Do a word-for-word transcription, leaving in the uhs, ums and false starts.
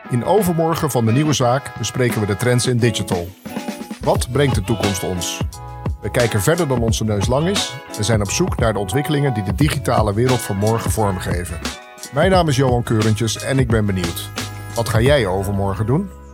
In Overmorgen van de Nieuwe Zaak bespreken we de trends in digital. Wat brengt de toekomst ons? We kijken verder dan onze neus lang is en zijn op zoek naar de ontwikkelingen die de digitale wereld van morgen vormgeven. Mijn naam is Johan Keurentjes en ik ben benieuwd. Wat ga jij overmorgen doen?